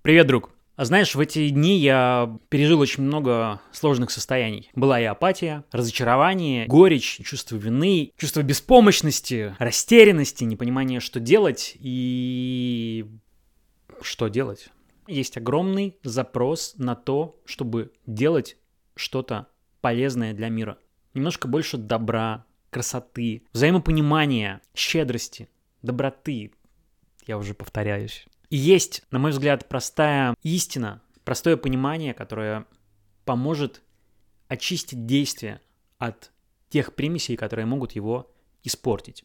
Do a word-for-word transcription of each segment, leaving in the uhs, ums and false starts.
Привет, друг. А знаешь, в эти дни я пережил очень много сложных состояний. Была и апатия, разочарование, горечь, чувство вины, чувство беспомощности, растерянности, непонимание, что делать и... что делать. Есть огромный запрос на то, чтобы делать что-то полезное для мира. Немножко больше добра, красоты, взаимопонимания, щедрости, доброты. Я уже повторяюсь. И есть, на мой взгляд, простая истина, простое понимание, которое поможет очистить действие от тех примесей, которые могут его испортить.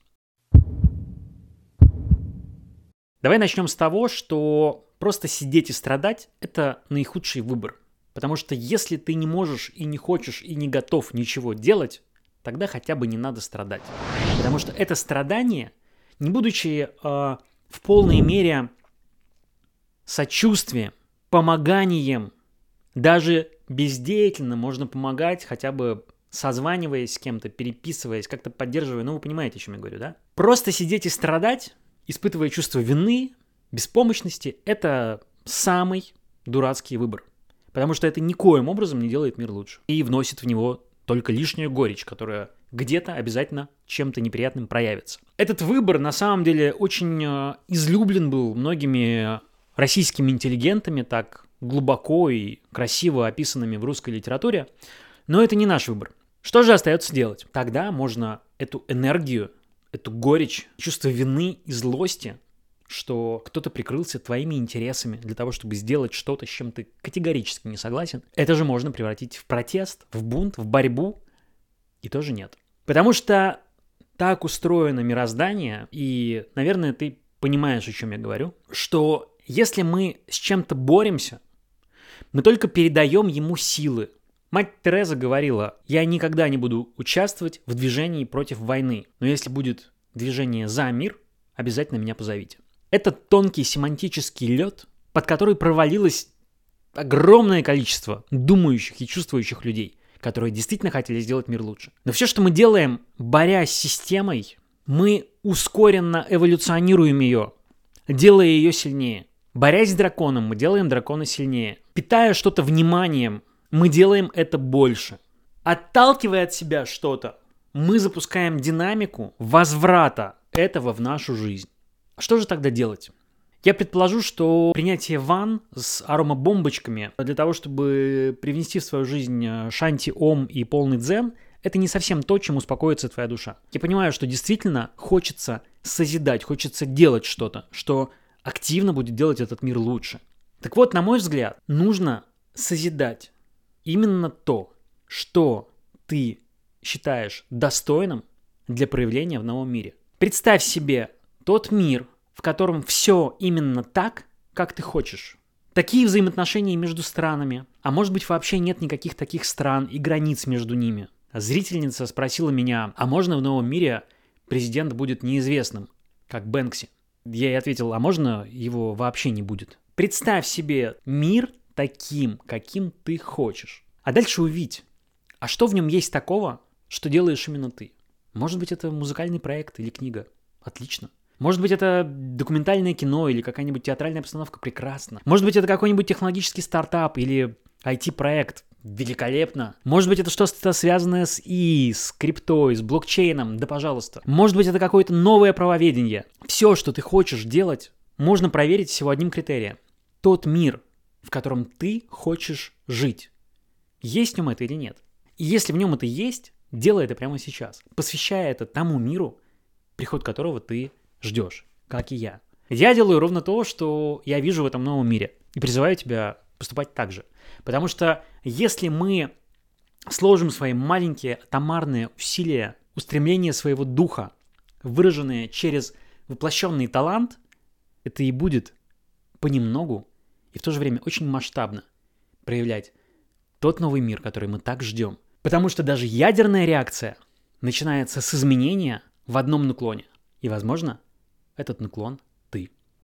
Давай начнем с того, что просто сидеть и страдать – это наихудший выбор. Потому что если ты не можешь и не хочешь и не готов ничего делать, тогда хотя бы не надо страдать. Потому что это страдание, не будучи э, в полной мере сочувствием, помоганием, даже бездеятельно можно помогать, хотя бы созваниваясь с кем-то, переписываясь, как-то поддерживая. Ну, вы понимаете, о чем я говорю, да? Просто сидеть и страдать, испытывая чувство вины, беспомощности, это самый дурацкий выбор. Потому что это никоим образом не делает мир лучше. И вносит в него только лишнюю горечь, которая где-то обязательно чем-то неприятным проявится. Этот выбор, на самом деле, очень э, излюблен был многими российскими интеллигентами, так глубоко и красиво описанными в русской литературе. Но это не наш выбор. Что же остается делать? Тогда можно эту энергию, эту горечь, чувство вины и злости, что кто-то прикрылся твоими интересами для того, чтобы сделать что-то, с чем ты категорически не согласен, это же можно превратить в протест, в бунт, в борьбу, и тоже нет. Потому что так устроено мироздание, и, наверное, ты понимаешь, о чем я говорю, что если мы с чем-то боремся, мы только передаем ему силы. Мать Тереза говорила: «Я никогда не буду участвовать в движении против войны, но если будет движение за мир, обязательно меня позовите». Это тонкий семантический лед, под который провалилось огромное количество думающих и чувствующих людей, которые действительно хотели сделать мир лучше. Но все, что мы делаем, борясь с системой, мы ускоренно эволюционируем ее, делая ее сильнее. Борясь с драконом, мы делаем дракона сильнее. Питая что-то вниманием, мы делаем это больше. Отталкивая от себя что-то, мы запускаем динамику возврата этого в нашу жизнь. Что же тогда делать? Я предположу, что принятие ванн с аромабомбочками для того, чтобы привнести в свою жизнь шанти-ом и полный дзен, это не совсем то, чем успокоится твоя душа. Я понимаю, что действительно хочется созидать, хочется делать что-то, что активно будет делать этот мир лучше. Так вот, на мой взгляд, нужно созидать именно то, что ты считаешь достойным для проявления в новом мире. Представь себе тот мир, в котором все именно так, как ты хочешь. Такие взаимоотношения между странами, а может быть вообще нет никаких таких стран и границ между ними. Зрительница спросила меня: а можно в новом мире президент будет неизвестным, как Бэнкси? Я ей ответил: а можно его вообще не будет? Представь себе мир таким, каким ты хочешь. А дальше увидь, а что в нем есть такого, что делаешь именно ты? Может быть, это музыкальный проект или книга? Отлично. Может быть, это документальное кино или какая-нибудь театральная постановка? Прекрасно. Может быть, это какой-нибудь технологический стартап или ай ти-проект? Великолепно. Может быть, это что-то связанное с И И, с криптой, с блокчейном? Да пожалуйста. Может быть, это какое-то новое правоведение? Все, что ты хочешь делать, можно проверить всего одним критерием. Тот мир, в котором ты хочешь жить. Есть в нем это или нет? И если в нем это есть, делай это прямо сейчас. Посвящая это тому миру, приход которого ты ждешь, как и я. Я делаю ровно то, что я вижу в этом новом мире. И призываю тебя поступать так же. Потому что если мы сложим свои маленькие атомарные усилия, устремления своего духа, выраженные через воплощенный талант, это и будет понемногу и в то же время очень масштабно проявлять тот новый мир, который мы так ждем. Потому что даже ядерная реакция начинается с изменения в одном наклоне. И, возможно, этот наклон ты.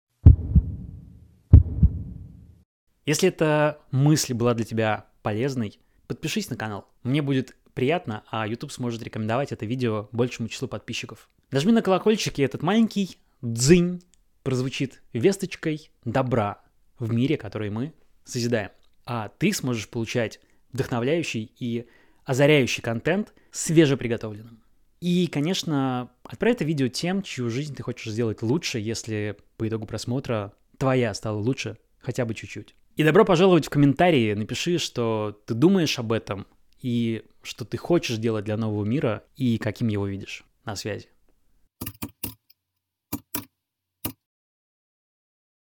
Если эта мысль была для тебя полезной, подпишись на канал. Мне будет приятно, а YouTube сможет рекомендовать это видео большему числу подписчиков. Нажми на колокольчик, и этот маленький дзынь прозвучит весточкой добра в мире, который мы созидаем. А ты сможешь получать вдохновляющий и озаряющий контент свежеприготовленным. И, конечно, отправь это видео тем, чью жизнь ты хочешь сделать лучше, если по итогу просмотра твоя стала лучше хотя бы чуть-чуть. И добро пожаловать в комментарии, напиши, что ты думаешь об этом и что ты хочешь делать для нового мира и каким его видишь. На связи.